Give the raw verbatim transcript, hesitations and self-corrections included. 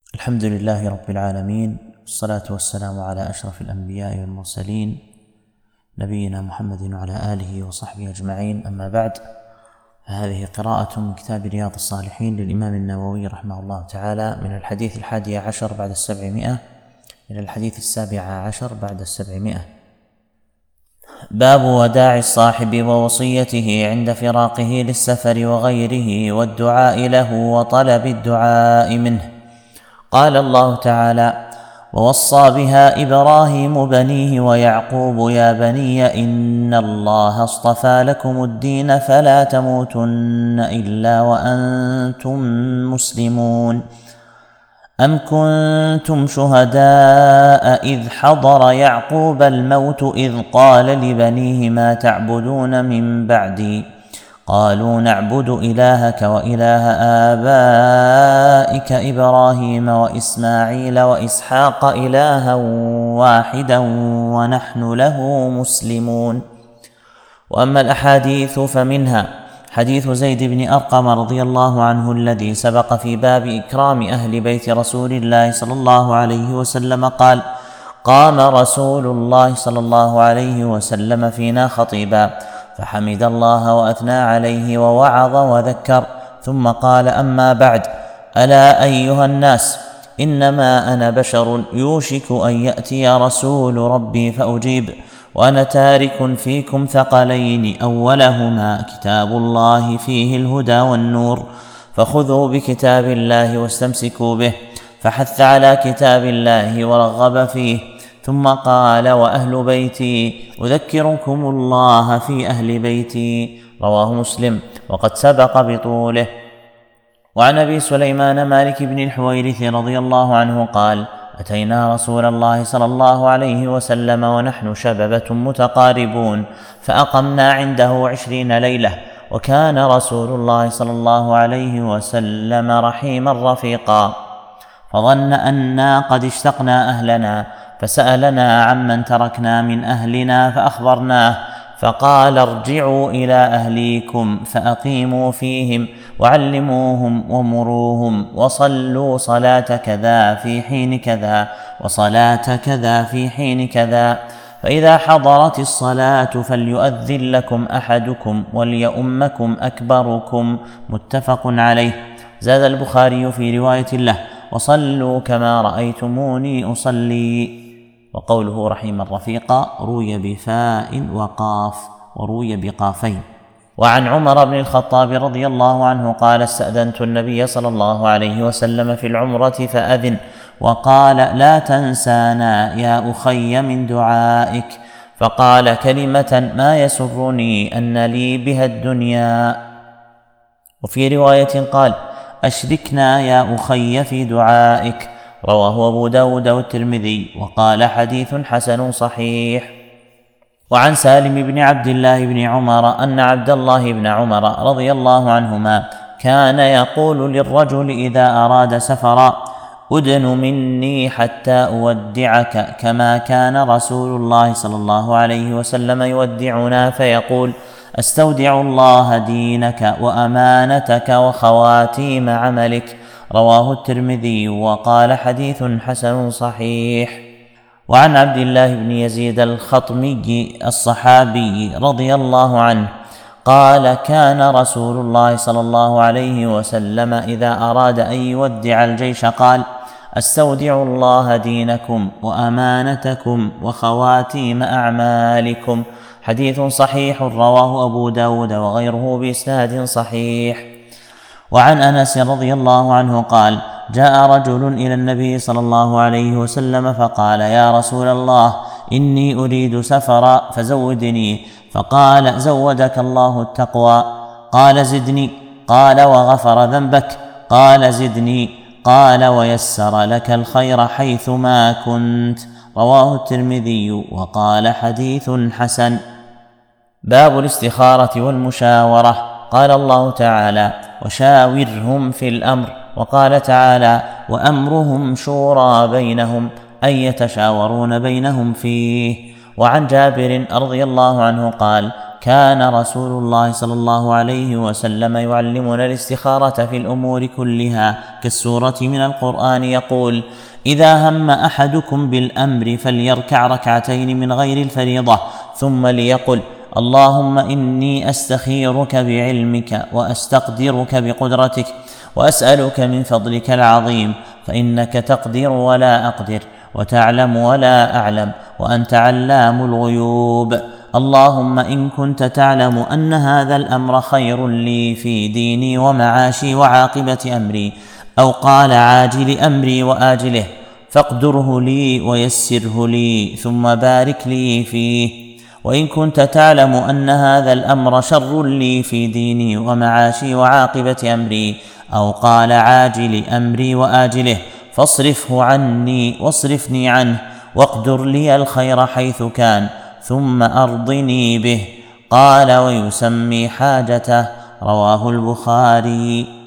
الحمد لله رب العالمين، والصلاة والسلام على أشرف الأنبياء والمرسلين نبينا محمد وعلى آله وصحبه أجمعين. أما بعد، فهذه قراءة من كتاب رياض الصالحين للإمام النووي رحمه الله تعالى، من الحديث الحادي عشر بعد السبعمائة إلى الحديث السابع عشر بعد السبعمائة. باب وداع الصاحب ووصيته عند فراقه للسفر وغيره، والدعاء له وطلب الدعاء منه. قال الله تعالى: ووصى بها إبراهيم بنيه ويعقوب يا بني إن الله اصطفى لكم الدين فلا تموتن إلا وأنتم مسلمون. أم كنتم شهداء إذ حضر يعقوب الموت إذ قال لبنيه ما تعبدون من بعدي قالوا نعبد إلهك وإله آبائك إبراهيم وإسماعيل وإسحاق إلها واحدا ونحن له مسلمون. وأما الأحاديث فمنها حديث زيد بن أرقم رضي الله عنه الذي سبق في باب إكرام أهل بيت رسول الله صلى الله عليه وسلم قال: قام رسول الله صلى الله عليه وسلم فينا خطيبا فحمد الله وأثنى عليه ووعظ وذكر، ثم قال: أما بعد، ألا أيها الناس، إنما أنا بشر يوشك أن يأتي رسول ربي فأجيب، وأنا تارك فيكم ثقلين، أولهما كتاب الله فيه الهدى والنور، فخذوا بكتاب الله واستمسكوا به، فحث على كتاب الله ورغب فيه، ثم قال: وأهل بيتي أذكركم الله في أهل بيتي. رواه مسلم، وقد سبق بطوله. وعن أبي سليمان مالك بن الحويرث رضي الله عنه قال: أتينا رسول الله صلى الله عليه وسلم ونحن شببة متقاربون، فأقمنا عنده عشرين ليلة، وكان رسول الله صلى الله عليه وسلم رحيما رفيقا، فظن أنا قد اشتقنا أهلنا، فسألنا عمن تركنا من أهلنا فأخبرناه، فقال: ارجعوا إلى أهليكم فأقيموا فيهم وعلموهم ومروهم، وصلوا صلاة كذا في حين كذا وصلاة كذا في حين كذا، فإذا حضرت الصلاة فليؤذن لكم أحدكم وليؤمكم أكبركم. متفق عليه. زاد البخاري في رواية له: وصلوا كما رأيتموني أصلي. وقوله رحيما رفيقا روي بفاء وقاف، وروي بقافين. وعن عمر بن الخطاب رضي الله عنه قال: استأذنت النبي صلى الله عليه وسلم في العمرة فأذن، وقال: لا تنسانا يا أخي من دعائك، فقال كلمة ما يسرني أن لي بها الدنيا. وفي رواية قال: أشركنا يا أخي في دعائك. رواه أبو داود والترمذي، وقال: حديث حسن صحيح. وعن سالم بن عبد الله بن عمر أن عبد الله بن عمر رضي الله عنهما كان يقول للرجل إذا أراد سفرا: أدن مني حتى أودعك، كما كان رسول الله صلى الله عليه وسلم يودعنا فيقول: أستودع الله دينك وأمانتك وخواتيم عملك. رواه الترمذي، وقال: حديث حسن صحيح. وعن عبد الله بن يزيد الخطمي الصحابي رضي الله عنه قال: كان رسول الله صلى الله عليه وسلم إذا أراد أن يودع الجيش قال: أستودع الله دينكم وأمانتكم وخواتيم أعمالكم. حديث صحيح، رواه أبو داود وغيره بإسناد صحيح. وعن أنس رضي الله عنه قال: جاء رجل إلى النبي صلى الله عليه وسلم فقال: يا رسول الله، إني أريد سفرا فزودني. فقال: زودك الله التقوى. قال: زدني. قال: وغفر ذنبك. قال: زدني. قال: ويسر لك الخير حيثما كنت. رواه الترمذي، وقال: حديث حسن. باب الاستخارة والمشاورة. قال الله تعالى: وشاورهم في الأمر. وقال تعالى: وأمرهم شورى بينهم، أي يتشاورون بينهم فيه. وعن جابر رضي الله عنه قال: كان رسول الله صلى الله عليه وسلم يعلمنا الاستخارة في الأمور كلها، كالسورة من القرآن يقول: إذا هم أحدكم بالأمر فليركع ركعتين من غير الفريضة، ثم ليقل: اللهم إني أستخيرك بعلمك وأستقدرك بقدرتك وأسألك من فضلك العظيم، فإنك تقدر ولا أقدر وتعلم ولا أعلم وأنت علام الغيوب. اللهم إن كنت تعلم أن هذا الأمر خير لي في ديني ومعاشي وعاقبة أمري، أو قال عاجل أمري وآجله، فاقدره لي ويسره لي ثم بارك لي فيه. وإن كنت تعلم أن هذا الأمر شر لي في ديني ومعاشي وعاقبة أمري، أو قال عاجل أمري وآجله، فاصرفه عني واصرفني عنه، واقدر لي الخير حيث كان، ثم أرضني به. قال: ويسمي حاجته. رواه البخاري.